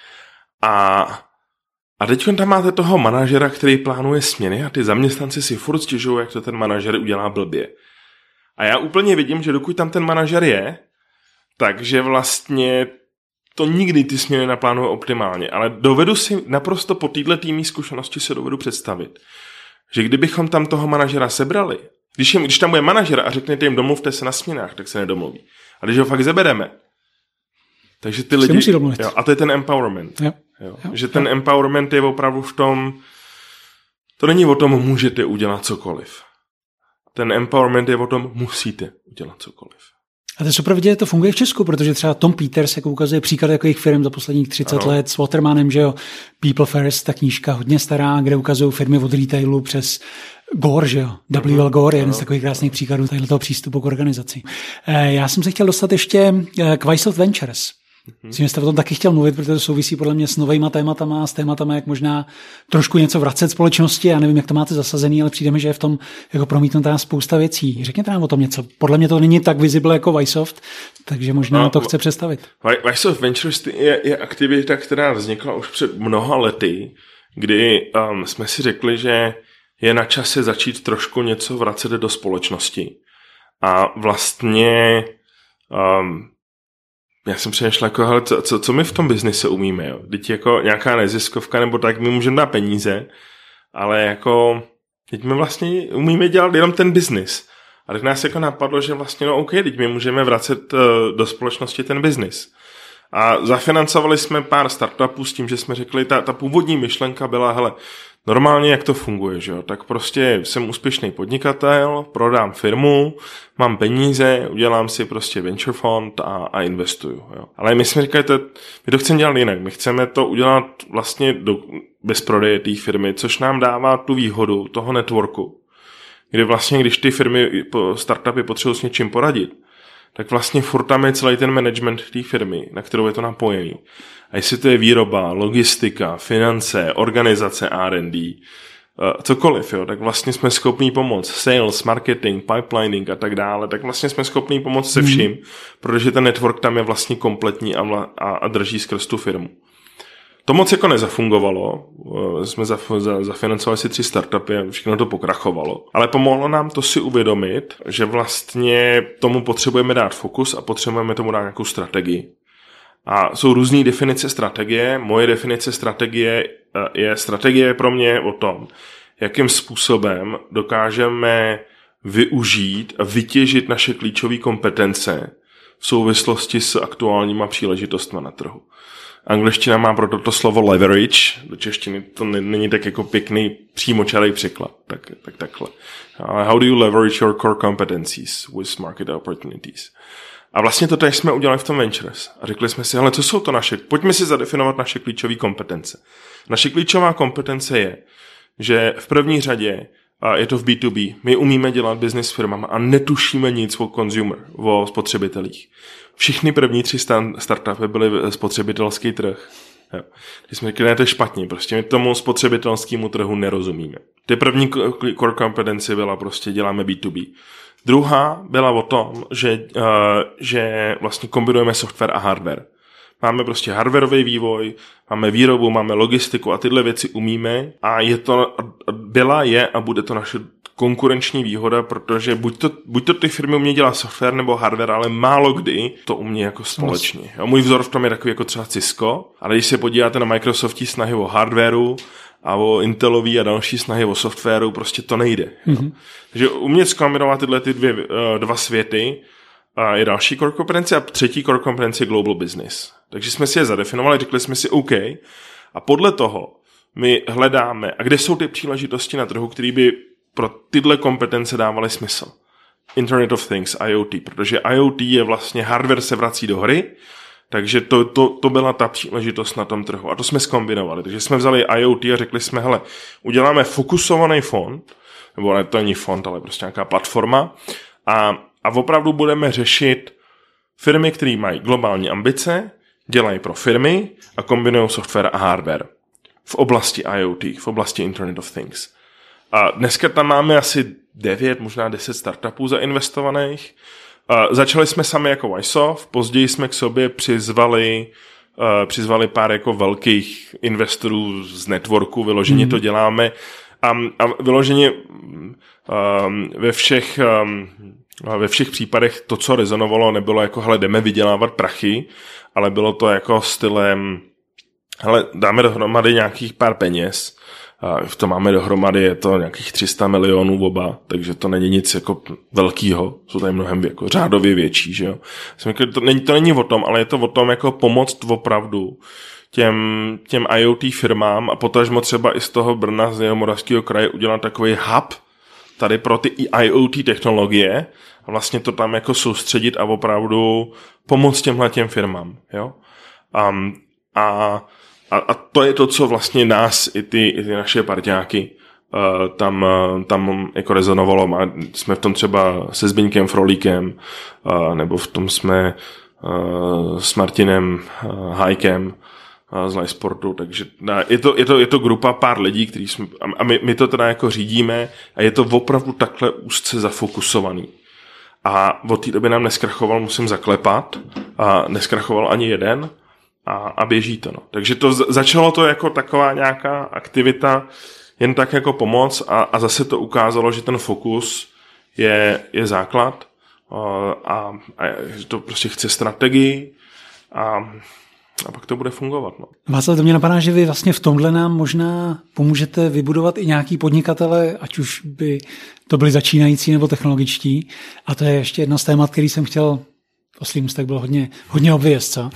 A teď tam máte toho manažera, který plánuje směny a ty zaměstnanci si furt stěžují, jak to ten manažer udělá blbě. A já úplně vidím, že dokud tam ten manažer je, takže vlastně to nikdy ty směny naplánuje optimálně. Ale dovedu si naprosto po této týmní zkušenosti se dovedu představit, že kdybychom tam toho manažera sebrali, když tam bude manažer a řeknete jim domluvte se na směnách, tak se nedomluví. A když ho fakt zebereme, takže ty lidi... Jo, a to je ten empowerment. Jo. Že ten empowerment je opravdu v tom, to není o tom, můžete udělat cokoliv. Ten empowerment je o tom, musíte udělat cokoliv. A to je super vidět, to funguje v Česku, protože třeba Tom Peters jako ukazuje příklad takových firm za posledních 30 let s Watermanem, že jo, People First, ta knížka hodně stará, kde ukazují firmy od retailu přes Gore, že jo, W.L. Gore je jeden z takových krásných příkladů toho přístupu k organizaci. Já jsem se chtěl dostat ještě k Vysoft Ventures. Myslím, že jste o tom taky chtěl mluvit, protože to souvisí podle mě s novejma tématama a s tématama, jak možná trošku něco vracet společnosti. Já nevím, jak to máte zasazený, ale přijde mi, že je v tom jako promítnutá spousta věcí. Řekněte nám o tom něco. Podle mě to není tak visible jako Vysoft, takže možná to chce představit. Vysoft Ventures je aktivita, která vznikla už před mnoha lety, kdy jsme si řekli, že je na čase začít trošku něco vracet do společnosti. A vlastně já jsem přemýšlel, jako, hele, co my v tom biznise umíme, jo? Teď jako nějaká neziskovka nebo tak, my můžeme dát peníze, ale jako teď my vlastně umíme dělat jenom ten biznis. A tak nás jako napadlo, že vlastně OK, teď my můžeme vracet do společnosti ten biznis. A zafinancovali jsme pár startupů s tím, že jsme řekli, ta původní myšlenka byla, hele, normálně jak to funguje, že jo? Tak prostě jsem úspěšný podnikatel, prodám firmu, mám peníze, udělám si prostě venture fund a investuju. Jo? Ale my jsme říkali, my to chceme dělat jinak. My chceme to udělat vlastně bez prodeje té firmy, což nám dává tu výhodu toho networku, kdy vlastně, když ty firmy, startupy potřebují s něčím poradit, tak vlastně furt tam je celý ten management té firmy, na kterou je to napojený. A jestli to je výroba, logistika, finance, organizace R&D, cokoliv, jo, tak vlastně jsme schopní pomoct sales, marketing, pipelining a tak dále, tak vlastně jsme schopní pomoct se vším, protože ten network tam je vlastně kompletní a drží skrz tu firmu. To moc jako nezafungovalo, jsme zafinancovali si 3 startupy a všechno to pokrachovalo, ale pomohlo nám to si uvědomit, že vlastně tomu potřebujeme dát fokus a potřebujeme tomu dát nějakou strategii. A jsou různé definice strategie. Moje definice strategie pro mě o tom, jakým způsobem dokážeme využít a vytěžit naše klíčové kompetence v souvislosti s aktuálníma příležitostmi na trhu. Angličtina má proto to slovo leverage, do češtiny to není tak jako pěkný přímočarý překlad, takhle. How do you leverage your core competencies with market opportunities? A vlastně to jsme udělali v tom Ventures. A řekli jsme si, hele, co jsou to pojďme si zadefinovat naše klíčové kompetence. Naše klíčová kompetence je, že v první řadě, a je to v B2B, my umíme dělat business s firmama a netušíme nic o consumer, o spotřebitelích. Všechny první 3 startupy byly spotřebitelský trh. Jo. Když jsme řekli, ne, to je špatně, prostě my tomu spotřebitelskému trhu nerozumíme. Ty první core competence byla prostě děláme B2B. Druhá byla o tom, že vlastně kombinujeme software a hardware. Máme prostě hardwareový vývoj, máme výrobu, máme logistiku a tyhle věci umíme a je a bude to naše konkurenční výhoda, protože buď to ty firmy umějí dělat software nebo hardware, ale málo kdy to umí jako společně. Jo, můj vzor v tom je takový jako třeba Cisco, ale když se podíváte na Microsoftí snahy o hardwareu a o Intelový a další snahy o softwaru, prostě to nejde. Mm-hmm. Takže umět zkombinovat tyhle dva světy je další core competence a třetí core competence je global business. Takže jsme si je zadefinovali, řekli jsme si OK a podle toho my hledáme, a kde jsou ty příležitosti na trhu, které by pro tyhle kompetence dávaly smysl. Internet of Things, IoT, protože IoT je vlastně hardware se vrací do hry, takže to byla ta příležitost na tom trhu. A to jsme zkombinovali. Takže jsme vzali IoT a řekli jsme, hele, uděláme fokusovaný fond, nebo ne, to není fond, ale prostě nějaká platforma a opravdu budeme řešit Firmy, které mají globální ambice, dělají pro firmy a kombinují software a hardware v oblasti IoT, v oblasti Internet of Things. A dneska tam máme asi 9, možná 10 startupů zainvestovaných. Začali jsme sami jako Ysoft, později jsme k sobě přizvali pár jako velkých investorů z networku, vyloženě to děláme a vyloženě ve všech případech to, co rezonovalo, nebylo jako, hele, jdeme vydělávat prachy, ale bylo to jako stylem, hele, dáme dohromady nějakých pár peněz, v tom máme dohromady, je to nějakých 300 milionů oba, takže to není nic jako velkýho, jsou tady mnohem jako řádově větší, že jo. To není o tom, ale je to o tom jako pomoct opravdu těm IoT firmám a potažmo třeba i z toho Brna, z Jihomoravského kraje udělat takový hub tady pro ty IoT technologie a vlastně to tam jako soustředit a opravdu pomoct těmhletěm firmám, jo. A to je to, co vlastně nás i ty naše parťáky tam jako rezonovalo. Jsme v tom třeba se Zbyňkem Frolíkem, nebo v tom jsme s Martinem Hajkem z Lysportu, takže je to grupa pár lidí, který jsme, a my to teda jako řídíme a je to opravdu takhle úzce zafokusovaný. A od té doby nám neskrachoval, musím zaklepat, a neskrachoval ani jeden a běží to. No. Takže začalo to jako taková nějaká aktivita, jen tak jako pomoc a zase to ukázalo, že ten fokus je základ a že to prostě chce strategii a pak to bude fungovat. No. Václav, to mě napadá, že vy vlastně v tomhle nám možná pomůžete vybudovat i nějaký podnikatele, ať už by to byli začínající nebo technologičtí. A to je ještě jedna z témat, který jsem chtěl, oslý můstek byl hodně obvěst, co?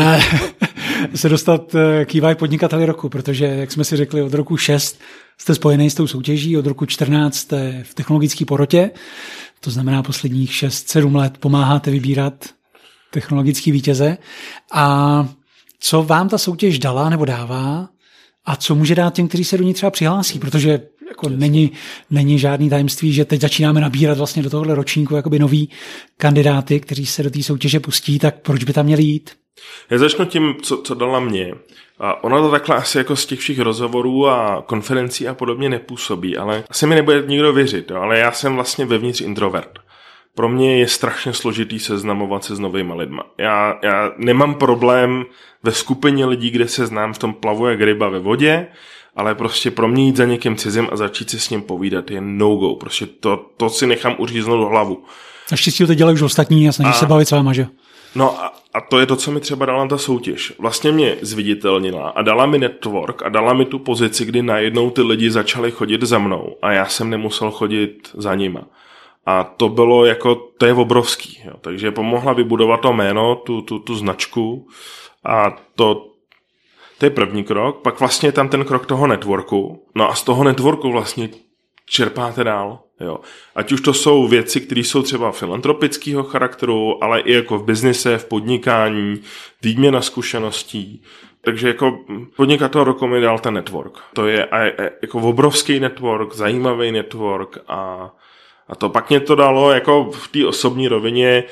Se dostat k EY podnikateli roku, protože, jak jsme si řekli, od roku 6 jste spojený s tou soutěží, od roku 14 jste v technologické porotě, to znamená posledních 6-7 let pomáháte vybírat technologický vítěze. A co vám ta soutěž dala nebo dává a co může dát těm, kteří se do ní třeba přihlásí, protože jako není žádný tajemství, že teď začínáme nabírat vlastně do tohohle ročníku jakoby nový kandidáty, kteří se do té soutěže pustí, tak proč by tam měli jít? Já začnu tím, co dala mě. A ono to takhle asi jako z těch všech rozhovorů a konferencí a podobně nepůsobí, ale asi mi nebude nikdo věřit, jo? Ale já jsem vlastně vevnitř introvert. Pro mě je strašně složitý seznamovat se s novýma lidma. Já nemám problém ve skupině lidí, kde se znám, v tom plavu jak ryba ve vodě, ale prostě pro mě jít za někým cizím a začít si s ním povídat je no-go. Prostě to si nechám uříznout hlavu. Naštěstí to dělají už ostatní a snaží se bavit s váma, že? No a to je to, co mi třeba dala ta soutěž. Vlastně mě zviditelnila a dala mi network a dala mi tu pozici, kdy najednou ty lidi začali chodit za mnou a já jsem nemusel chodit za nima. A to bylo jako, to je obrovský. Jo. Takže pomohla vybudovat to jméno, tu značku a to je první krok. Pak vlastně je tam ten krok toho networku. No a z toho networku vlastně čerpáte dál. Jo. Ať už to jsou věci, které jsou třeba filantropického charakteru, ale i jako v biznise, v podnikání, výměna zkušeností. Takže jako podnikatel roku mi dal ten network. To je jako obrovský network, zajímavý network a to pak mě to dalo jako v té osobní rovině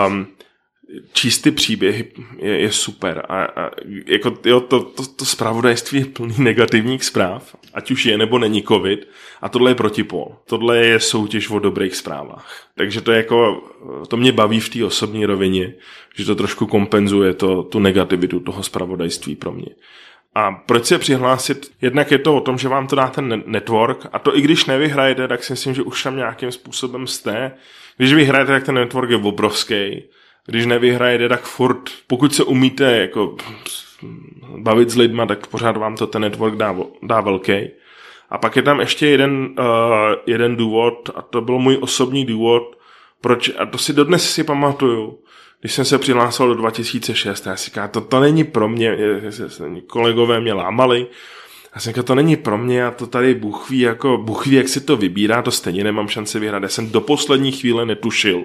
číst ty příběhy je super. A jako to zpravodajství je plný negativních zpráv, ať už je nebo není covid. A tohle je protipol. Tohle je soutěž o dobrých zprávách. Takže to je jako, to mě baví v té osobní rovině, že to trošku kompenzuje tu negativitu toho zpravodajství pro mě. A proč se přihlásit? Jednak je to o tom, že vám to dá ten network a to i když nevyhrajete, tak si myslím, že už tam nějakým způsobem jste. Když vyhrajete, tak ten network je obrovský. Když nevyhrajete, tak furt, pokud se umíte jako bavit s lidma, tak pořád vám to ten network dá velký. A pak je tam ještě jeden důvod a to byl můj osobní důvod, proč, a to si dodnes si pamatuju, když jsem se přihlásil do 2006, já si říkám, to není pro mě, kolegové mě lámali, já jsem říkal, to není pro mě a to tady Bůh ví, jak si to vybírá, to stejně nemám šanci vyhrát. Já jsem do poslední chvíle netušil.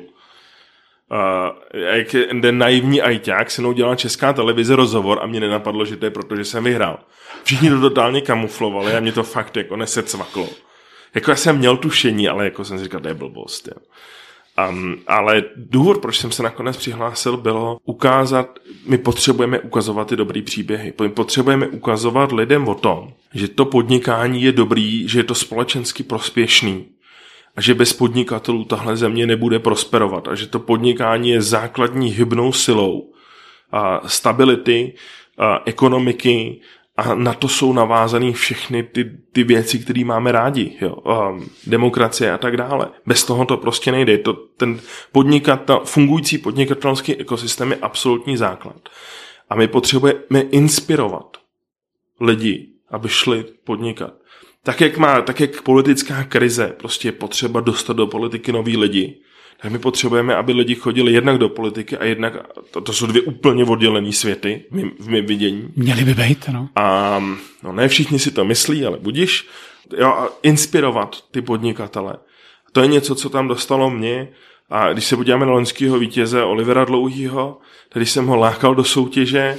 Jak ten naivní ajťák se mnou dělala Česká televize rozhovor a mě nenapadlo, že to je proto, že jsem vyhrál. Všichni to totálně kamuflovali a mě to fakt jako nesecvaklo. Jako já jsem měl tušení, ale jako jsem si říkal, to je blbost. Jo. Ale důvod, proč jsem se nakonec přihlásil, bylo my potřebujeme ukazovat ty dobrý příběhy. My potřebujeme ukazovat lidem o tom, že to podnikání je dobrý, že je to společensky prospěšný a že bez podnikatelů tahle země nebude prosperovat a že to podnikání je základní hybnou silou stability, ekonomiky a na to jsou navázané všechny ty věci, které máme rádi. Jo? Demokracie a tak dále. Bez toho to prostě nejde. Ten fungující podnikatelský ekosystém je absolutní základ. A my potřebujeme inspirovat lidi, aby šli podnikat. Tak jak politická krize prostě je potřeba dostat do politiky nový lidi, tak my potřebujeme, aby lidi chodili jednak do politiky a jednak, to jsou dvě úplně oddělené světy v mém vidění. Měli by být, no. A ne všichni si to myslí, ale budiš. Jo, a inspirovat ty podnikatele. To je něco, co tam dostalo mě. A když se podíváme na loňského vítěze Olivera Dlouhýho, když jsem ho lákal do soutěže,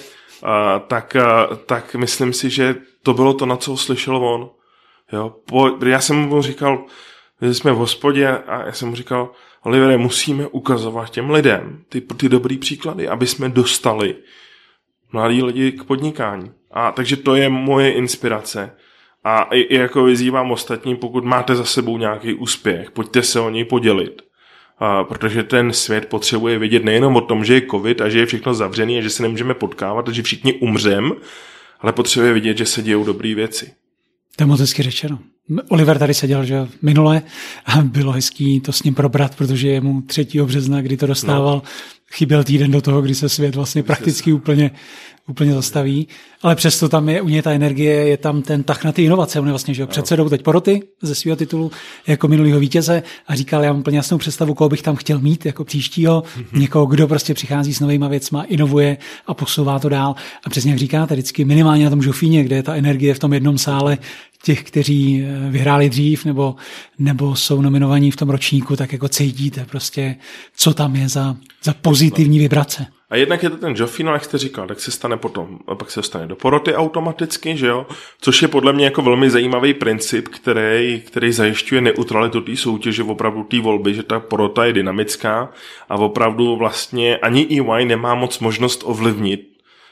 tak myslím si, že to bylo to, na co slyšel on. Jo, já jsem mu říkal, že jsme v hospodě a já jsem mu říkal, Olivere, musíme ukazovat těm lidem ty dobrý příklady, aby jsme dostali mladí lidi k podnikání. A takže to je moje inspirace. A i jako vyzývám ostatní, pokud máte za sebou nějaký úspěch, pojďte se o něj podělit. Protože ten svět potřebuje vědět nejenom o tom, že je covid a že je všechno zavřený a že se nemůžeme potkávat a že všichni umřem, ale potřebuje vědět, že se dějou dobré věci. To je moc hezky řečeno. Oliver tady seděl, že minule, a bylo hezký to s ním probrat, protože je mu 3. března, kdy to dostával, chyběl týden do toho, kdy se svět vlastně prakticky úplně zastaví, ale přesto tam je u něj ta energie, je tam ten tah na ty inovace. On je vlastně, že předsedou teď poroty ze svého titulu jako minulýho vítěze a říkal, já mám úplně jasnou představu, koho bych tam chtěl mít jako příštího, někoho, kdo prostě přichází s novýma věcma, inovuje a posouvá to dál. A přesně jak říkáte, vždycky minimálně na tom Žofíně, kde je ta energie v tom jednom sále těch, kteří vyhráli dřív nebo jsou nominovaní v tom ročníku, tak jako cítíte prostě, co tam je za pozitivní vibrace. A jednak je to ten Žofín, jak jste říkal, tak se stane potom, pak se dostane do poroty automaticky, že jo? Což je podle mě jako velmi zajímavý princip, který zajišťuje neutralitu té soutěže, opravdu té volby, že ta porota je dynamická a opravdu vlastně ani EY nemá moc možnost ovlivnit,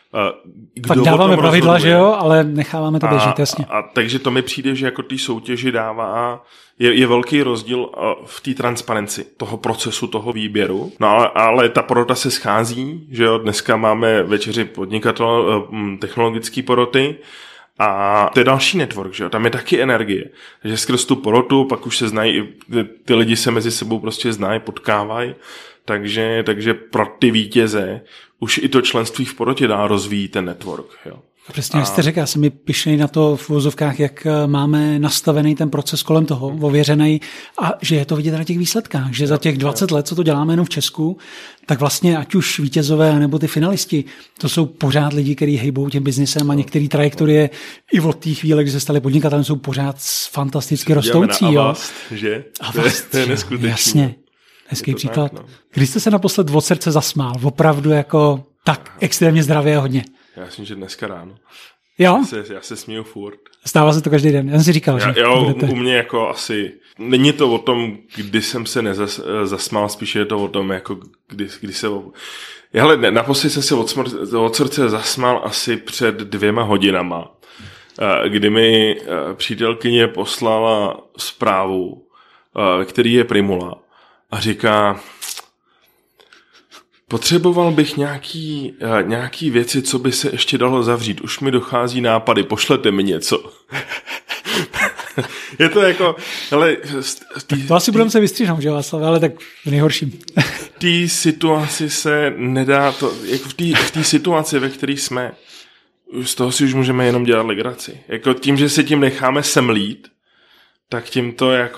tak dáváme pravidla, že jo, ale necháváme to běžet, jasně. A takže to mi přijde, že jako té soutěži dává, je velký rozdíl v té transparenci toho procesu, toho výběru. No ale ta porota se schází, že jo, dneska máme večeři technologický poroty a to je další network, že jo, tam je taky energie. Takže skrz tu porotu pak už se znají, ty lidi se mezi sebou prostě znají, potkávají. Takže pro ty vítěze už i to členství v porotě dá rozvíjí ten network. Jo. Přesně, jak jste řekl, já jsem mi pyšnej na to v uvozovkách, jak máme nastavený ten proces kolem toho, ověřený a že je to vidět na těch výsledkách, že za těch 20 let, co to děláme jenom v Česku, tak vlastně ať už vítězové nebo ty finalisti, to jsou pořád lidi, kteří hejbou tím biznisem a některé trajektorie i od té chvíle, kdy se stali podnikatelem, jsou pořád fantasticky rostoucí. Avast, že? Avast, to je neskutečný. Jasně. Hezký příklad. Tak, no. Kdy jste se naposled od srdce zasmál? Opravdu jako tak extrémně zdravě a hodně. Já myslím, že dneska ráno. Jo? Já se směju furt. Stává se to každý den. Já jsem si říkal, že budete. U mě jako asi... Není to o tom, kdy jsem se zasmál, spíš je to o tom, jako kdy se... Hele, naposled jsem se od srdce zasmál asi před 2 hodinama, kdy mi přítelkyně poslala zprávu, který je Primula. A říká, potřeboval bych nějaký věci, co by se ještě dalo zavřít. Už mi dochází nápady, pošlete mi něco. Je to jako... Ale, to asi budeme se vystříhnout, že Václav, ale tak v nejhorším. V té situaci se nedá to... Jako v té situaci, ve které jsme, z toho si už můžeme jenom dělat legraci. Jako tím, že se tím necháme semlít, tak tím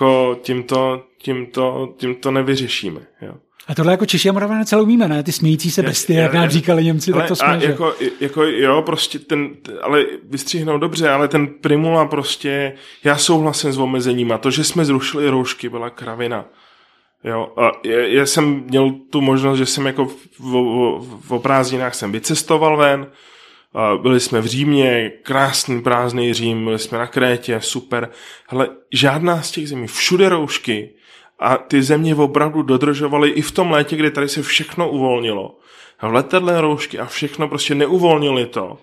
to nevyřešíme. Jo. A tohle jako Češi a Moravané celou umíme, ne? Ty smějící se bestie, jak nám říkali Němci, tak to jsme, jo, prostě ale vystřihnou dobře, ale ten Primula prostě, já souhlasím s omezením a to, že jsme zrušili roušky, byla kravina. Jo, a já jsem měl tu možnost, že jsem jako v prázdninách jsem vycestoval ven, byli jsme v Římě, krásný prázdný Řím, byli jsme na Krétě, super. Hele, žádná z těch zemí, všude roušky A ty země opravdu dodržovaly i v tom létě, kdy tady se všechno uvolnilo. A v letadlé roušky a všechno prostě neuvolnili to.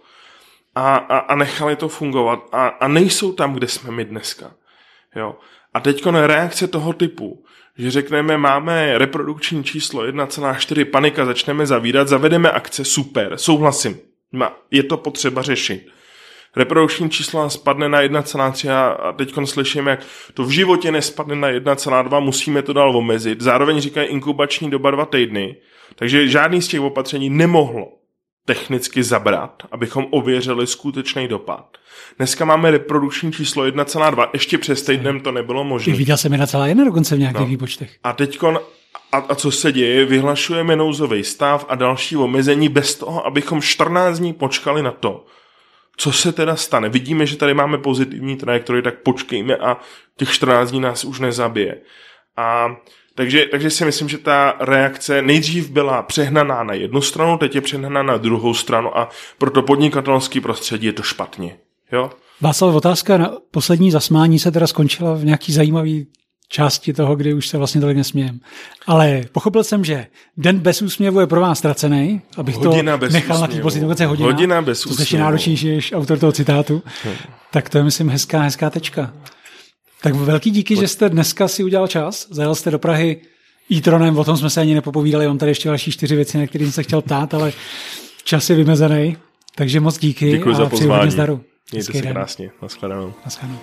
A nechali to fungovat. A nejsou tam, kde jsme my dneska. Jo. A teďko reakce toho typu, že řekneme, máme reprodukční číslo 1,4, panika, začneme zavírat, zavedeme akce, super, souhlasím. Je to potřeba řešit. Reprodukční číslo spadne na 1,3 a teďko slyšíme, jak to v životě nespadne na 1,2, musíme to dál omezit. Zároveň říkají inkubační doba 2 týdny, takže žádný z těch opatření nemohlo technicky zabrat, abychom ověřili skutečný dopad. Dneska máme reprodukční číslo 1,2, ještě přes týdnem to nebylo možné. Viděl jsem 1,1 dokonce v nějakých výpočtech. A teďko, a co se děje? Vyhlašujeme nouzový stav a další omezení bez toho, abychom 14 dní počkali na to, co se teda stane. Vidíme, že tady máme pozitivní trajektorii, tak počkejme a těch 14 dní nás už nezabije. Takže si myslím, že ta reakce nejdřív byla přehnaná na jednu stranu, teď je přehnaná na druhou stranu a pro to podnikatelské prostředí je to špatně. Jo? Václav, otázka na poslední zasmání se teda skončila v nějaký zajímavý části toho, kdy už se vlastně tolik nesmějem. Ale pochopil jsem, že den bez úsměvu je pro vás ztracený, abych hodina to nechal na té pozici. Hodina bez úsměvu. To ještě náročnější než autor toho citátu. Tak to je, myslím, hezká tečka. Tak velký díky, že jste dneska si udělal čas. Zajel jste do Prahy e-tronem, o tom jsme se ani nepopovídali, on tady ještě další 4 věci, na které jsem se chtěl ptát, ale čas je vymezený. Takže moc díky. Děkuji za pozvání. Zdaru. Mějte se krásně. Naschledanou.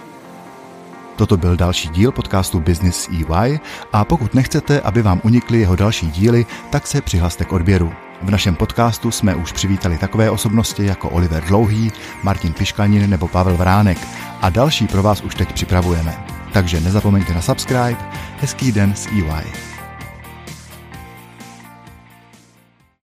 Toto byl další díl podcastu Business EY a pokud nechcete, aby vám unikly jeho další díly, tak se přihlaste k odběru. V našem podcastu jsme už přivítali takové osobnosti jako Oliver Dlouhý, Martin Piškanin nebo Pavel Vránek a další pro vás už teď připravujeme. Takže nezapomeňte na subscribe. Hezký den s EY.